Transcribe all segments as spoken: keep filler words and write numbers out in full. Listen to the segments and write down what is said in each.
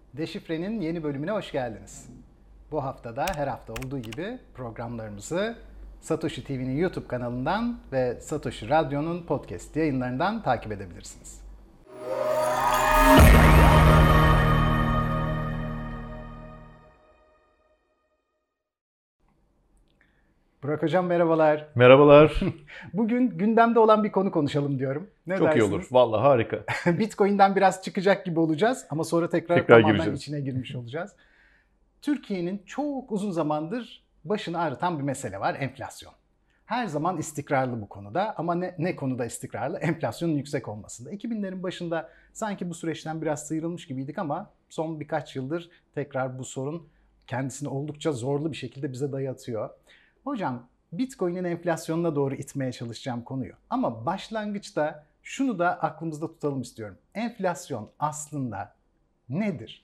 Deşifre'nin yeni bölümüne hoş geldiniz. Bu haftada her hafta olduğu gibi programlarımızı Satoshi T V'nin YouTube kanalından ve Satoshi Radyo'nun podcast yayınlarından takip edebilirsiniz. Burak Hocam merhabalar. Merhabalar. Bugün gündemde olan bir konu konuşalım diyorum. Ne Çok dersiniz? iyi olur. Vallahi harika. Bitcoin'den biraz çıkacak gibi olacağız ama sonra tekrar, Tekrar tamamen gireceğiz. içine girmiş olacağız. Türkiye'nin çok uzun zamandır başını ağrıtan bir mesele var, enflasyon. Her zaman istikrarlı bu konuda ama ne, ne konuda istikrarlı? Enflasyonun yüksek olmasında. iki binlerin başında sanki bu süreçten biraz sıyrılmış gibiydik ama son birkaç yıldır tekrar bu sorun kendisini oldukça zorlu bir şekilde bize dayatıyor. Hocam, Bitcoin'in enflasyonuna doğru itmeye çalışacağım konuyu. Ama başlangıçta şunu da aklımızda tutalım istiyorum. Enflasyon aslında nedir?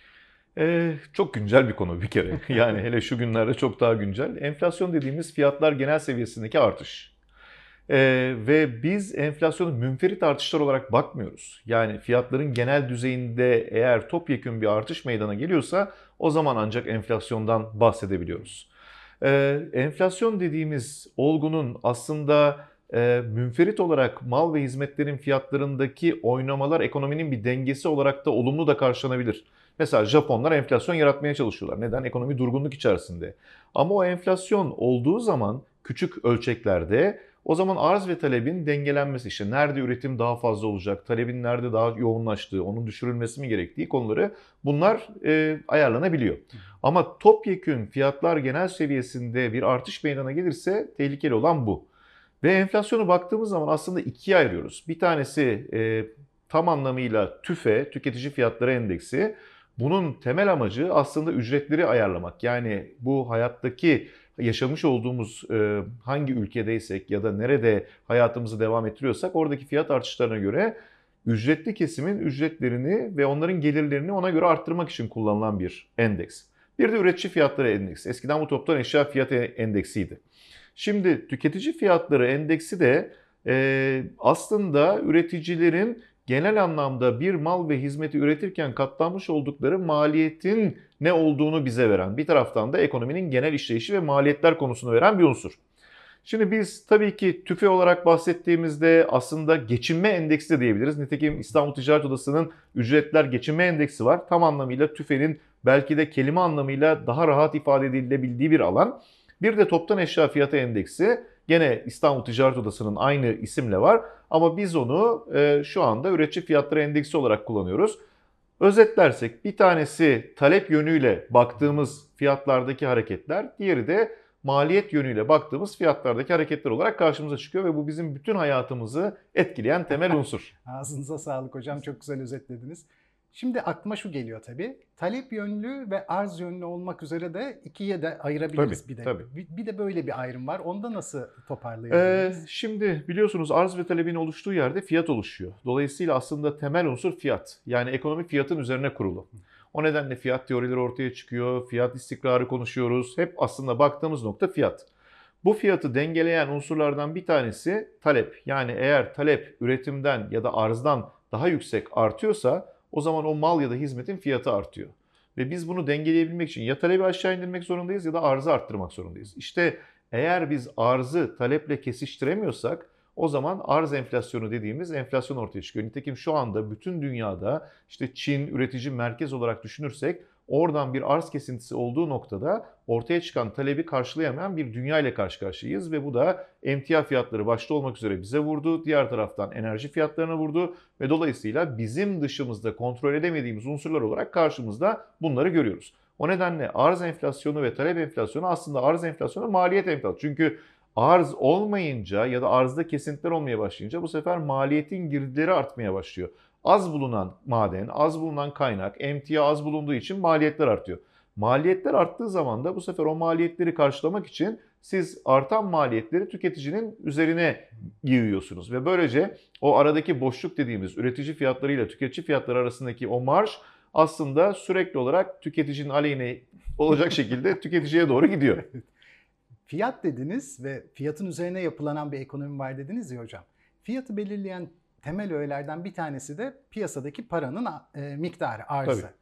Ee, çok güncel bir konu bir kere. Yani hele şu günlerde çok daha güncel. Enflasyon dediğimiz fiyatlar genel seviyesindeki artış. Ee, ve biz enflasyonu münferit artışlar olarak bakmıyoruz. Yani fiyatların genel düzeyinde eğer topyekün bir artış meydana geliyorsa o zaman ancak enflasyondan bahsedebiliyoruz. Ee, enflasyon dediğimiz olgunun aslında e, münferit olarak mal ve hizmetlerin fiyatlarındaki oynamalar ekonominin bir dengesi olarak da olumlu da karşılanabilir. Mesela Japonlar enflasyon yaratmaya çalışıyorlar. Neden? Ekonomi durgunluk içerisinde. Ama o enflasyon olduğu zaman küçük ölçeklerde o zaman arz ve talebin dengelenmesi, işte nerede üretim daha fazla olacak, talebin nerede daha yoğunlaştığı, onun düşürülmesi mi gerektiği konuları bunlar e, ayarlanabiliyor. Ama topyekün fiyatlar genel seviyesinde bir artış meydana gelirse tehlikeli olan bu. Ve enflasyonu baktığımız zaman aslında ikiye ayırıyoruz. Bir tanesi e, tam anlamıyla TÜFE, Tüketici Fiyatları Endeksi. Bunun temel amacı aslında ücretleri ayarlamak. Yani bu hayattaki yaşamış olduğumuz e, hangi ülkedeysek ya da nerede hayatımızı devam ettiriyorsak oradaki fiyat artışlarına göre ücretli kesimin ücretlerini ve onların gelirlerini ona göre arttırmak için kullanılan bir endeks. Bir de üretici fiyatları endeksi. Eskiden bu toptan eşya fiyatı endeksiydi. Şimdi tüketici fiyatları endeksi de e, aslında üreticilerin genel anlamda bir mal ve hizmeti üretirken katlanmış oldukları maliyetin ne olduğunu bize veren, bir taraftan da ekonominin genel işleyişi ve maliyetler konusunu veren bir unsur. Şimdi biz tabii ki TÜFE olarak bahsettiğimizde aslında geçinme endeksi de diyebiliriz. Nitekim İstanbul Ticaret Odası'nın ücretler geçinme endeksi var. Tam anlamıyla TÜFE'nin belki de kelime anlamıyla daha rahat ifade edilebildiği bir alan. Bir de toptan eşya fiyatı endeksi gene İstanbul Ticaret Odası'nın aynı isimle var. Ama biz onu e, şu anda üretici fiyatları endeksi olarak kullanıyoruz. Özetlersek bir tanesi talep yönüyle baktığımız fiyatlardaki hareketler, diğeri de maliyet yönüyle baktığımız fiyatlardaki hareketler olarak karşımıza çıkıyor ve bu bizim bütün hayatımızı etkileyen temel unsur. Ağzınıza sağlık hocam, çok güzel özetlediniz. Şimdi aklıma şu geliyor tabii. Talep yönlü ve arz yönlü olmak üzere de ikiye de ayırabiliriz Tabii, bir de. tabii. Bir, bir de böyle bir ayrım var. Onda nasıl Ee, toparlayabiliriz? şimdi biliyorsunuz arz ve talebin oluştuğu yerde fiyat oluşuyor. Dolayısıyla aslında temel unsur fiyat. Yani ekonomi fiyatın üzerine kurulu. O nedenle fiyat teorileri ortaya çıkıyor, fiyat istikrarı konuşuyoruz. Hep aslında baktığımız nokta fiyat. Bu fiyatı dengeleyen unsurlardan bir tanesi talep. Yani eğer talep üretimden ya da arzdan daha yüksek artıyorsa o zaman o mal ya da hizmetin fiyatı artıyor. Ve biz bunu dengeleyebilmek için ya talebi aşağı indirmek zorundayız ya da arzı arttırmak zorundayız. İşte eğer biz arzı taleple kesiştiremiyorsak o zaman arz enflasyonu dediğimiz enflasyon ortaya çıkıyor. Nitekim şu anda bütün dünyada işte Çin üretici merkez olarak düşünürsek oradan bir arz kesintisi olduğu noktada ortaya çıkan talebi karşılayamayan bir dünya ile karşı karşıyayız ve bu da emtia fiyatları başta olmak üzere bize vurdu. Diğer taraftan enerji fiyatlarına vurdu ve dolayısıyla bizim dışımızda kontrol edemediğimiz unsurlar olarak karşımızda bunları görüyoruz. O nedenle arz enflasyonu ve talep enflasyonu aslında arz enflasyonu maliyet enflasyonu. Çünkü arz olmayınca ya da arzda kesintiler olmaya başlayınca bu sefer maliyetin girdileri artmaya başlıyor. Az bulunan maden, az bulunan kaynak, emtia az bulunduğu için maliyetler artıyor. Maliyetler arttığı zaman da bu sefer o maliyetleri karşılamak için siz artan maliyetleri tüketicinin üzerine yığıyorsunuz. Ve böylece o aradaki boşluk dediğimiz üretici fiyatları ile tüketici fiyatları arasındaki o marj aslında sürekli olarak tüketicinin aleyhine olacak şekilde tüketiciye doğru gidiyor. Fiyat dediniz ve fiyatın üzerine yapılanan bir ekonomi var dediniz ya hocam. Fiyatı belirleyen temel öğelerden bir tanesi de piyasadaki paranın e, miktarı, arzı. Tabii.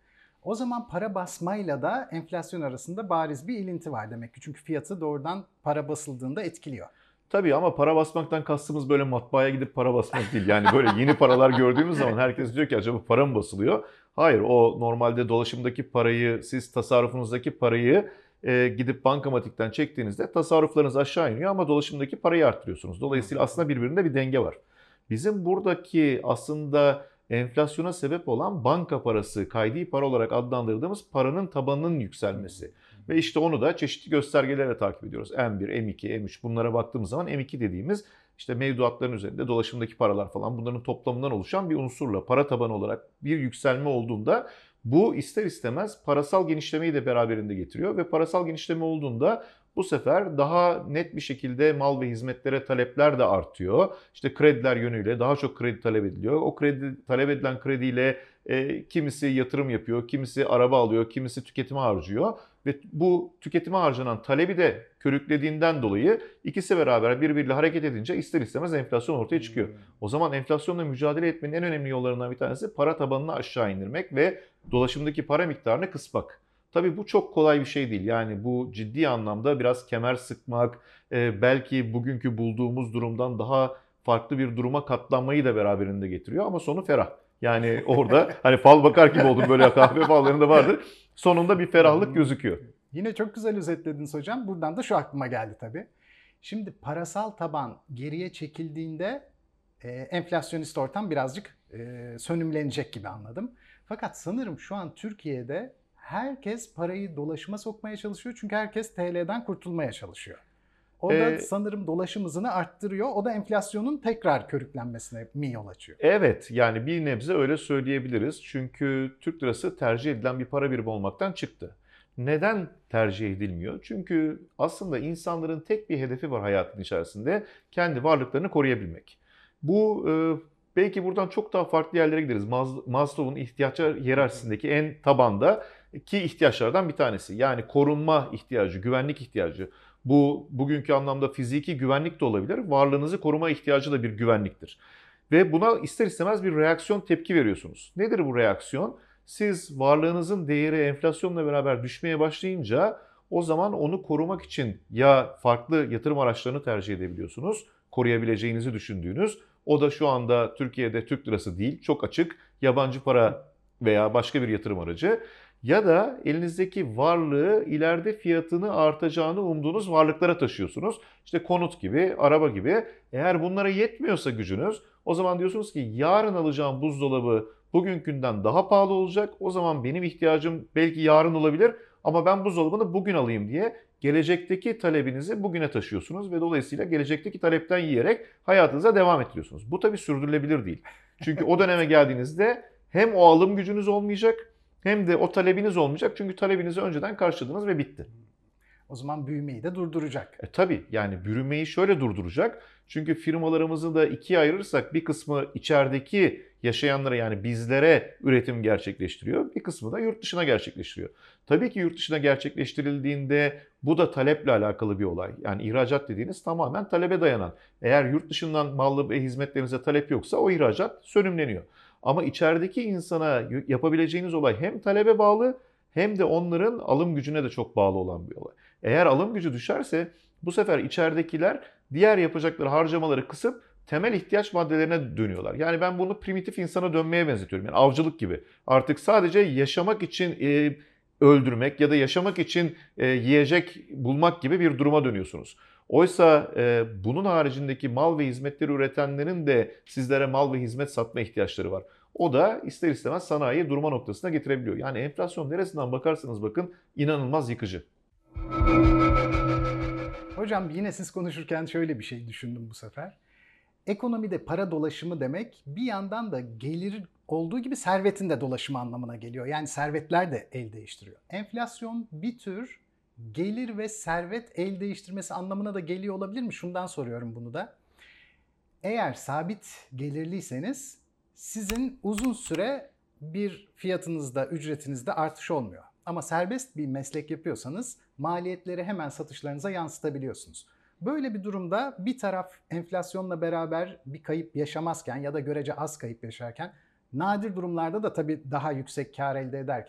O zaman para basmayla da enflasyon arasında bariz bir ilinti var demek ki. Çünkü fiyatı doğrudan para basıldığında etkiliyor. Tabii ama para basmaktan kastımız böyle matbaaya gidip para basmak değil. Yani böyle yeni paralar gördüğümüz zaman herkes diyor ki acaba para mı basılıyor? Hayır, o normalde dolaşımdaki parayı, siz tasarrufunuzdaki parayı e, gidip bankamatikten çektiğinizde tasarruflarınız aşağı iniyor ama dolaşımdaki parayı arttırıyorsunuz. Dolayısıyla aslında birbirinde bir denge var. Bizim buradaki aslında enflasyona sebep olan banka parası, kaydi para olarak adlandırdığımız paranın tabanının yükselmesi. Ve işte onu da çeşitli göstergelerle takip ediyoruz. M bir, M iki, M üç bunlara baktığımız zaman M iki dediğimiz işte mevduatların üzerinde dolaşımdaki paralar falan bunların toplamından oluşan bir unsurla para tabanı olarak bir yükselme olduğunda bu ister istemez parasal genişlemeyi de beraberinde getiriyor. Ve parasal genişleme olduğunda bu sefer daha net bir şekilde mal ve hizmetlere talepler de artıyor. İşte krediler yönüyle daha çok kredi talep ediliyor. O kredi talep edilen krediyle e, kimisi yatırım yapıyor, kimisi araba alıyor, kimisi tüketime harcıyor. Ve bu tüketime harcanan talebi de körüklediğinden dolayı ikisi beraber birbiriyle hareket edince ister istemez enflasyon ortaya çıkıyor. O zaman enflasyonla mücadele etmenin en önemli yollarından bir tanesi para tabanını aşağı indirmek ve dolaşımdaki para miktarını kısmak. Tabii bu çok kolay bir şey değil. Yani bu ciddi anlamda biraz kemer sıkmak, belki bugünkü bulduğumuz durumdan daha farklı bir duruma katlanmayı da beraberinde getiriyor ama sonu ferah. Yani orada hani fal bakar gibi oldum, böyle kahve fallarında vardır. Sonunda bir ferahlık gözüküyor. Yine çok güzel özetlediniz hocam. Buradan da şu aklıma geldi tabii. Şimdi parasal taban geriye çekildiğinde e, enflasyonist ortam birazcık e, sönümlenecek gibi anladım. Fakat sanırım şu an Türkiye'de herkes parayı dolaşıma sokmaya çalışıyor. Çünkü herkes T L'den kurtulmaya çalışıyor. O da Ee, sanırım dolaşım hızını arttırıyor. O da enflasyonun tekrar körüklenmesine mi yol açıyor? Evet, yani bir nebze öyle söyleyebiliriz. Çünkü Türk lirası tercih edilen bir para birimi olmaktan çıktı. Neden tercih edilmiyor? Çünkü aslında insanların tek bir hedefi var hayatın içerisinde: kendi varlıklarını koruyabilmek. Bu e, belki buradan çok daha farklı yerlere gideriz. Mas- Maslow'un ihtiyaçlar hiyerarşisindeki en tabanda ki ihtiyaçlardan bir tanesi. Yani korunma ihtiyacı, güvenlik ihtiyacı. Bu bugünkü anlamda fiziki güvenlik de olabilir. Varlığınızı koruma ihtiyacı da bir güvenliktir. Ve buna ister istemez bir reaksiyon, tepki veriyorsunuz. Nedir bu reaksiyon? Siz varlığınızın değeri enflasyonla beraber düşmeye başlayınca o zaman onu korumak için ya farklı yatırım araçlarını tercih edebiliyorsunuz, koruyabileceğinizi düşündüğünüz. O da şu anda Türkiye'de Türk lirası değil, çok açık yabancı para veya başka bir yatırım aracı. Ya da elinizdeki varlığı ileride fiyatını artacağını umduğunuz varlıklara taşıyorsunuz. İşte konut gibi, araba gibi. Eğer bunlara yetmiyorsa gücünüz, o zaman diyorsunuz ki yarın alacağım buzdolabı bugünkünden daha pahalı olacak. O zaman benim ihtiyacım belki yarın olabilir ama ben buzdolabını bugün alayım diye gelecekteki talebinizi bugüne taşıyorsunuz ve dolayısıyla gelecekteki talepten yiyerek hayatınıza devam ettiriyorsunuz. Bu tabii sürdürülebilir değil. Çünkü o döneme geldiğinizde hem o alım gücünüz olmayacak hem de o talebiniz olmayacak. Çünkü talebinizi önceden karşıladınız ve bitti. O zaman büyümeyi de durduracak. E tabii yani bürünmeyi şöyle durduracak. Çünkü firmalarımızı da ikiye ayırırsak bir kısmı içerideki yaşayanlara, yani bizlere üretim gerçekleştiriyor. Bir kısmı da yurt dışına gerçekleştiriyor. Tabii ki yurt dışına gerçekleştirildiğinde bu da taleple alakalı bir olay. Yani ihracat dediğiniz tamamen talebe dayanan. Eğer yurt dışından mallı ve hizmetlerinize talep yoksa o ihracat sönümleniyor. Ama içerideki insana yapabileceğiniz olay hem talebe bağlı hem de onların alım gücüne de çok bağlı olan bir olay. Eğer alım gücü düşerse bu sefer içeridekiler diğer yapacakları harcamaları kısıp temel ihtiyaç maddelerine dönüyorlar. Yani ben bunu primitif insana dönmeye benzetiyorum. Yani avcılık gibi. Artık sadece yaşamak için e, öldürmek ya da yaşamak için e, yiyecek bulmak gibi bir duruma dönüyorsunuz. Oysa e, bunun haricindeki mal ve hizmetleri üretenlerin de sizlere mal ve hizmet satma ihtiyaçları var. O da ister istemez sanayiyi durma noktasına getirebiliyor. Yani enflasyon neresinden bakarsanız bakın inanılmaz yıkıcı. Hocam yine siz konuşurken şöyle bir şey düşündüm bu sefer. Ekonomide para dolaşımı demek bir yandan da gelir olduğu gibi servetin de dolaşımı anlamına geliyor. Yani servetler de el değiştiriyor. Enflasyon bir tür gelir ve servet el değiştirmesi anlamına da geliyor olabilir mi? Şundan soruyorum bunu da. Eğer sabit gelirliyseniz sizin uzun süre bir fiyatınızda, ücretinizde artış olmuyor. Ama serbest bir meslek yapıyorsanız maliyetleri hemen satışlarınıza yansıtabiliyorsunuz. Böyle bir durumda bir taraf enflasyonla beraber bir kayıp yaşamazken ya da görece az kayıp yaşarken, nadir durumlarda da tabii daha yüksek kar elde ederken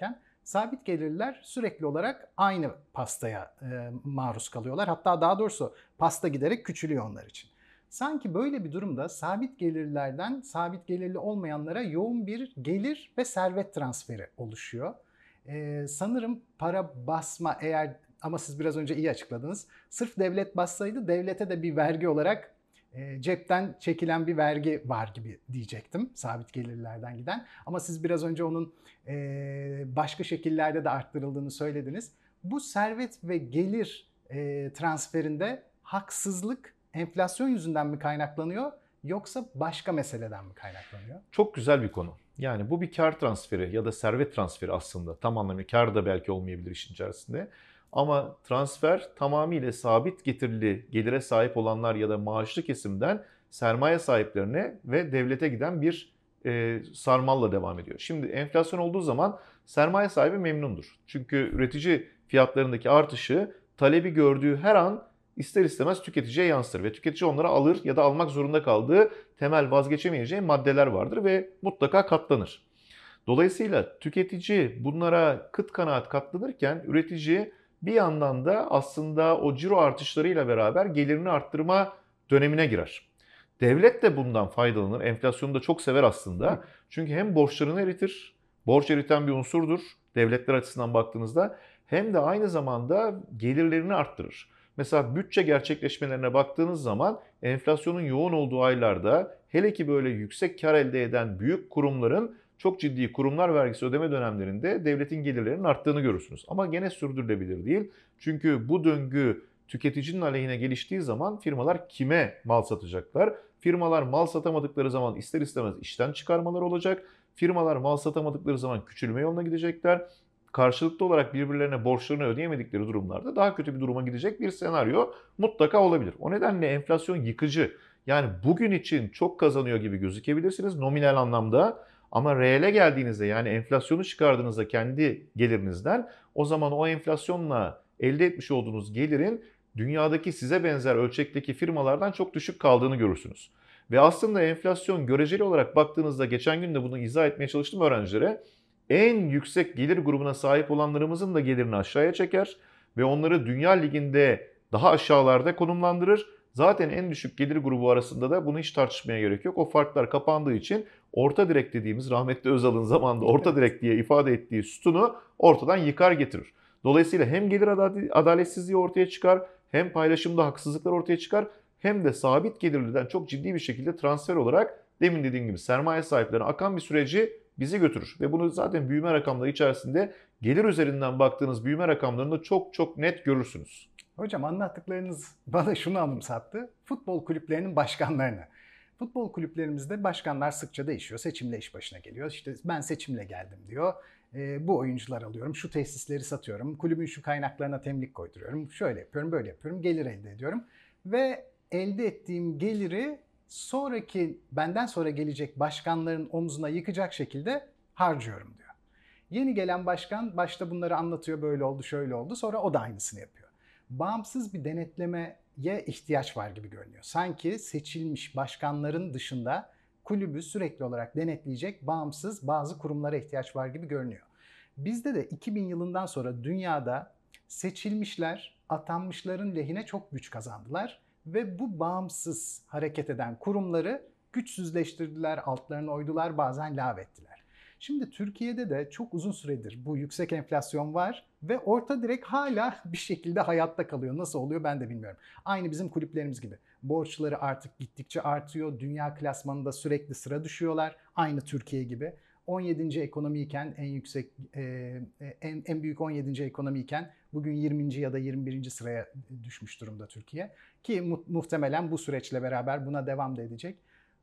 Sabit gelirliler sürekli olarak aynı pastaya e, maruz kalıyorlar. Hatta daha doğrusu pasta giderek küçülüyor onlar için. Sanki böyle bir durumda sabit gelirlerden sabit gelirli olmayanlara yoğun bir gelir ve servet transferi oluşuyor. Ee, sanırım para basma eğer ama siz biraz önce iyi açıkladınız. Sırf devlet bassaydı devlete de bir vergi olarak e, cepten çekilen bir vergi var gibi diyecektim sabit gelirlerden giden. Ama siz biraz önce onun e, başka şekillerde de arttırıldığını söylediniz. Bu servet ve gelir e, transferinde haksızlık enflasyon yüzünden mi kaynaklanıyor yoksa başka meseleden mi kaynaklanıyor? Çok güzel bir konu. Yani bu bir kar transferi ya da servet transferi aslında. Tam anlamıyla kar da belki olmayabilir işin içerisinde. Ama transfer tamamıyla sabit getirili gelire sahip olanlar ya da maaşlı kesimden sermaye sahiplerine ve devlete giden bir e, sarmalla devam ediyor. Şimdi enflasyon olduğu zaman sermaye sahibi memnundur. Çünkü üretici fiyatlarındaki artışı talebi gördüğü her an ister istemez tüketiciye yansır ve tüketici onları alır ya da almak zorunda kaldığı temel vazgeçemeyeceği maddeler vardır ve mutlaka katlanır. Dolayısıyla tüketici bunlara kıt kanaat katlanırken üretici bir yandan da aslında o ciro artışlarıyla beraber gelirini arttırma dönemine girer. Devlet de bundan faydalanır. Enflasyonu da çok sever aslında. Çünkü hem borçlarını eritir, borç eriten bir unsurdur devletler açısından baktığınızda, hem de aynı zamanda gelirlerini arttırır. Mesela bütçe gerçekleşmelerine baktığınız zaman enflasyonun yoğun olduğu aylarda hele ki böyle yüksek kar elde eden büyük kurumların çok ciddi kurumlar vergisi ödeme dönemlerinde devletin gelirlerinin arttığını görürsünüz. Ama gene sürdürülebilir değil. Çünkü bu döngü tüketicinin aleyhine geliştiği zaman firmalar kime mal satacaklar? Firmalar mal satamadıkları zaman ister istemez işten çıkarmalar olacak. Firmalar mal satamadıkları zaman küçülme yoluna gidecekler. Karşılıklı olarak birbirlerine borçlarını ödeyemedikleri durumlarda daha kötü bir duruma gidecek bir senaryo mutlaka olabilir. O nedenle enflasyon yıkıcı. Yani bugün için çok kazanıyor gibi gözükebilirsiniz nominal anlamda. Ama reele geldiğinizde, yani enflasyonu çıkardığınızda kendi gelirinizden, o zaman o enflasyonla elde etmiş olduğunuz gelirin dünyadaki size benzer ölçekteki firmalardan çok düşük kaldığını görürsünüz. Ve aslında enflasyon göreceli olarak baktığınızda, geçen gün de bunu izah etmeye çalıştım öğrencilere, en yüksek gelir grubuna sahip olanlarımızın da gelirini aşağıya çeker ve onları dünya liginde daha aşağılarda konumlandırır. Zaten en düşük gelir grubu arasında da bunu hiç tartışmaya gerek yok. O farklar kapandığı için orta direk dediğimiz, rahmetli Özal'ın zamanında orta direk diye ifade ettiği sütunu ortadan yıkar getirir. Dolayısıyla hem gelir adaletsizliği ortaya çıkar, hem paylaşımda haksızlıklar ortaya çıkar, hem de sabit gelirliden çok ciddi bir şekilde transfer olarak demin dediğim gibi sermaye sahiplerine akan bir süreci bizi götürür. Ve bunu zaten büyüme rakamları içerisinde gelir üzerinden baktığınız büyüme rakamlarında çok çok net görürsünüz. Hocam anlattıklarınız bana şunu anımsattı. Futbol kulüplerinin başkanlarını. Futbol kulüplerimizde başkanlar sıkça değişiyor. Seçimle iş başına geliyor. İşte ben seçimle geldim diyor. E, bu oyuncular alıyorum, şu tesisleri satıyorum, kulübün şu kaynaklarına temlik koyduruyorum, şöyle yapıyorum, böyle yapıyorum, gelir elde ediyorum. Ve elde ettiğim geliri sonraki, benden sonra gelecek başkanların omzuna yıkacak şekilde harcıyorum diyor. Yeni gelen başkan başta bunları anlatıyor, böyle oldu, şöyle oldu. Sonra o da aynısını yapıyor. Bağımsız bir denetlemeye ihtiyaç var gibi görünüyor. Sanki seçilmiş başkanların dışında kulübü sürekli olarak denetleyecek bağımsız bazı kurumlara ihtiyaç var gibi görünüyor. Bizde de iki bin yılından sonra dünyada seçilmişler atanmışların lehine çok güç kazandılar ve bu bağımsız hareket eden kurumları güçsüzleştirdiler, altlarına oydular, bazen lağvettiler. Şimdi Türkiye'de de çok uzun süredir bu yüksek enflasyon var ve orta direk hala bir şekilde hayatta kalıyor. Nasıl oluyor ben de bilmiyorum. Aynı bizim kulüplerimiz gibi. Borçları artık gittikçe artıyor. Dünya klasmanında sürekli sıra düşüyorlar. Aynı Türkiye gibi. on yedinci ekonomiyken en yüksek e, en, en büyük on yedinci ekonomiyken bugün yirminci ya da yirmi birinci sıraya düşmüş durumda Türkiye. Ki mu- muhtemelen bu süreçle beraber buna devam da edecek.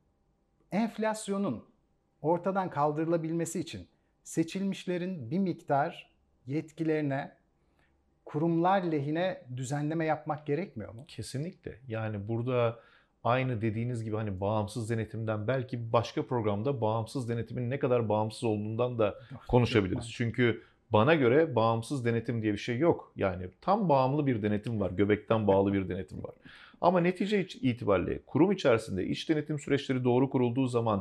Enflasyonun ortadan kaldırılabilmesi için seçilmişlerin bir miktar yetkilerine, kurumlar lehine düzenleme yapmak gerekmiyor mu? Kesinlikle. Yani burada aynı dediğiniz gibi hani bağımsız denetimden, belki başka programda bağımsız denetimin ne kadar bağımsız olduğundan da konuşabiliriz. Çünkü bana göre bağımsız denetim diye bir şey yok. Yani tam bağımlı bir denetim var, göbekten bağlı bir denetim var. Ama netice itibariyle kurum içerisinde iç denetim süreçleri doğru kurulduğu zaman,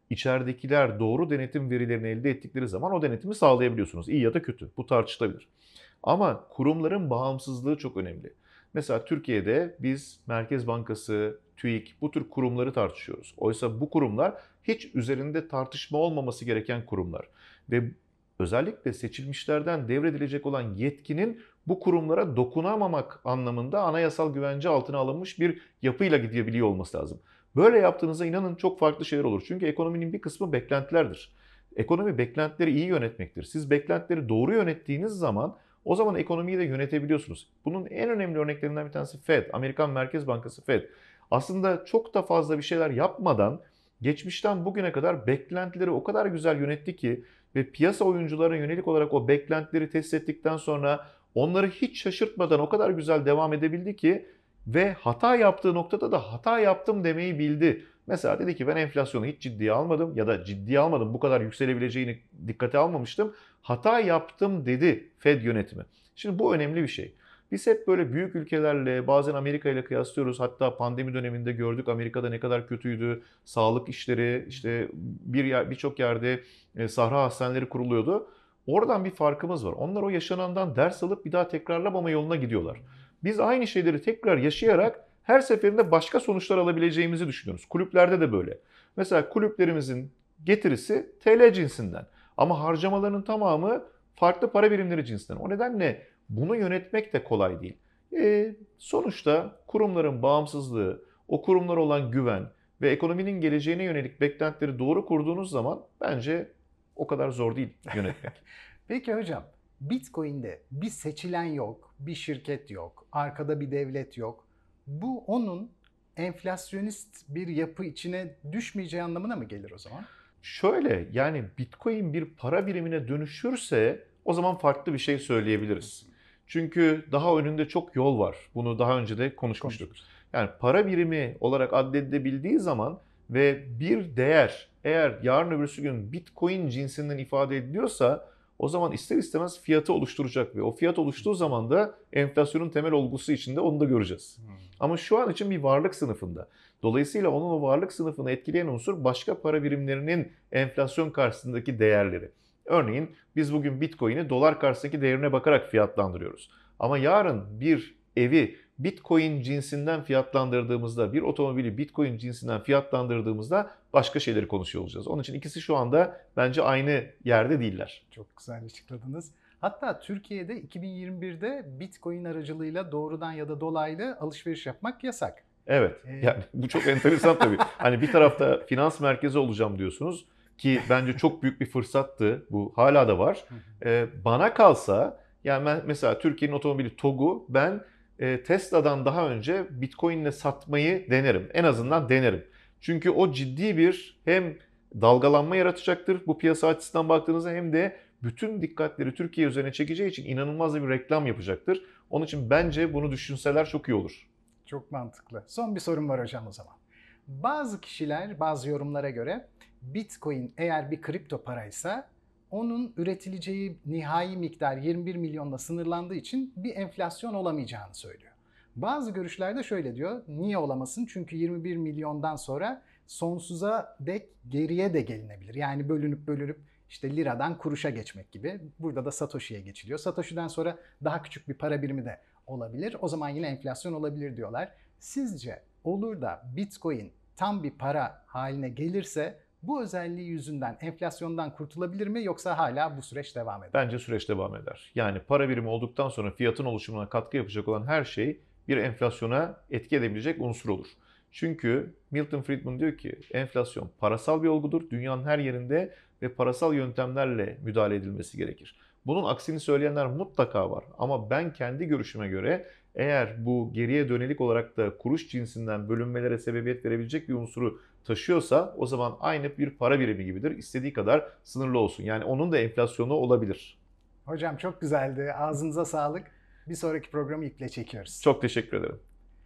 içeridekiler doğru denetim verilerini elde ettikleri zaman o denetimi sağlayabiliyorsunuz. İyi ya da kötü. Bu tartışılabilir. Ama kurumların bağımsızlığı çok önemli. Mesela Türkiye'de biz Merkez Bankası, TÜİK bu tür kurumları tartışıyoruz. Oysa bu kurumlar hiç üzerinde tartışma olmaması gereken kurumlar. Ve özellikle seçilmişlerden devredilecek olan yetkinin bu kurumlara dokunamamak anlamında anayasal güvence altına alınmış bir yapıyla gidebiliyor olması lazım. Böyle yaptığınızda inanın çok farklı şeyler olur. Çünkü ekonominin bir kısmı beklentilerdir. Ekonomi beklentileri iyi yönetmektir. Siz beklentileri doğru yönettiğiniz zaman o zaman ekonomiyi de yönetebiliyorsunuz. Bunun en önemli örneklerinden bir tanesi Fed, Amerikan Merkez Bankası Fed. Aslında çok da fazla bir şeyler yapmadan geçmişten bugüne kadar beklentileri o kadar güzel yönetti ki ve piyasa oyuncularına yönelik olarak o beklentileri test ettikten sonra onları hiç şaşırtmadan o kadar güzel devam edebildi ki ve hata yaptığı noktada da hata yaptım demeyi bildi. Mesela dedi ki ben enflasyonu hiç ciddiye almadım ya da ciddiye almadım, bu kadar yükselebileceğini dikkate almamıştım. Hata yaptım dedi Fed yönetimi. Şimdi bu önemli bir şey. Biz hep böyle büyük ülkelerle, bazen Amerika ile kıyaslıyoruz. Hatta pandemi döneminde gördük Amerika'da ne kadar kötüydü. Sağlık işleri, işte bir yer, birçok yerde e, sahra hastaneleri kuruluyordu. Oradan bir farkımız var. Onlar o yaşanandan ders alıp bir daha tekrarlamama yoluna gidiyorlar. Biz aynı şeyleri tekrar yaşayarak her seferinde başka sonuçlar alabileceğimizi düşünüyoruz. Kulüplerde de böyle. Mesela kulüplerimizin getirisi T L cinsinden. Ama harcamaların tamamı farklı para birimleri cinsinden. O nedenle bunu yönetmek de kolay değil. E, sonuçta kurumların bağımsızlığı, o kurumlara olan güven ve ekonominin geleceğine yönelik beklentileri doğru kurduğunuz zaman bence o kadar zor değil yönetmek. Peki hocam, Bitcoin'de bir seçilen yok, bir şirket yok, arkada bir devlet yok. Bu onun enflasyonist bir yapı içine düşmeyeceği anlamına mı gelir o zaman? Şöyle, yani Bitcoin bir para birimine dönüşürse o zaman farklı bir şey söyleyebiliriz. Çünkü daha önünde çok yol var. Bunu daha önce de konuşmuştuk. Konuşuruz. Yani para birimi olarak addedilebildiği zaman ve bir değer eğer yarın öbürsü gün Bitcoin cinsinden ifade ediliyorsa o zaman ister istemez fiyatı oluşturacak ve o fiyat oluştuğu zaman da enflasyonun temel olgusu içinde onu da göreceğiz. Hmm. Ama şu an için bir varlık sınıfında. Dolayısıyla onun o varlık sınıfını etkileyen unsur başka para birimlerinin enflasyon karşısındaki değerleri. Örneğin biz bugün Bitcoin'i dolar karşısındaki değerine bakarak fiyatlandırıyoruz. Ama yarın bir evi Bitcoin cinsinden fiyatlandırdığımızda, bir otomobili Bitcoin cinsinden fiyatlandırdığımızda başka şeyleri konuşuyor olacağız. Onun için ikisi şu anda bence aynı yerde değiller. Çok güzel açıkladınız. Hatta Türkiye'de iki bin yirmi birde Bitcoin aracılığıyla doğrudan ya da dolaylı alışveriş yapmak yasak. Evet, Ee... yani bu çok enteresan tabii. Hani bir tarafta finans merkezi olacağım diyorsunuz ki bence çok büyük bir fırsattı. Bu hala da var. Ee, bana kalsa yani ben mesela Türkiye'nin otomobili TOG'u ben e, Tesla'dan daha önce Bitcoin'le satmayı denerim. En azından denerim. Çünkü o ciddi bir hem dalgalanma yaratacaktır bu piyasa açısından baktığınızda hem de bütün dikkatleri Türkiye üzerine çekeceği için inanılmaz bir reklam yapacaktır. Onun için bence bunu düşünseler çok iyi olur. Çok mantıklı. Son bir sorum var hocam o zaman. Bazı kişiler bazı yorumlara göre Bitcoin eğer bir kripto paraysa onun üretileceği nihai miktar yirmi bir milyonla sınırlandığı için bir enflasyon olamayacağını söylüyor. Bazı görüşlerde şöyle diyor. Niye olamasın? Çünkü yirmi bir milyondan sonra sonsuza dek geriye de gelinebilir. Yani bölünüp bölünüp işte liradan kuruşa geçmek gibi. Burada da Satoshi'ye geçiliyor. Satoshi'den sonra daha küçük bir para birimi de olabilir. O zaman yine enflasyon olabilir diyorlar. Sizce olur da Bitcoin tam bir para haline gelirse bu özelliği yüzünden enflasyondan kurtulabilir mi yoksa hala bu süreç devam eder? Bence süreç devam eder. Yani para birimi olduktan sonra fiyatın oluşumuna katkı yapacak olan her şey bir enflasyona etki edebilecek unsur olur. Çünkü Milton Friedman diyor ki enflasyon parasal bir olgudur. Dünyanın her yerinde ve parasal yöntemlerle müdahale edilmesi gerekir. Bunun aksini söyleyenler mutlaka var. Ama ben kendi görüşüme göre eğer bu geriye dönelik olarak da kuruş cinsinden bölünmelere sebebiyet verebilecek bir unsuru taşıyorsa o zaman aynı bir para birimi gibidir. İstediği kadar sınırlı olsun. Yani onun da enflasyonu olabilir. Hocam çok güzeldi. Ağzınıza sağlık. Bir sonraki programı iple çekiyoruz. Çok teşekkür ederim.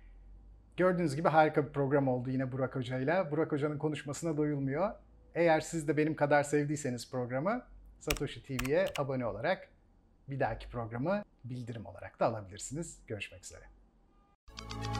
Gördüğünüz gibi harika bir program oldu yine Burak Hoca'yla. Burak Hoca'nın konuşmasına doyulmuyor. Eğer siz de benim kadar sevdiyseniz programı Satoshi T V'ye abone olarak bir dahaki programı bildirim olarak da alabilirsiniz. Görüşmek üzere.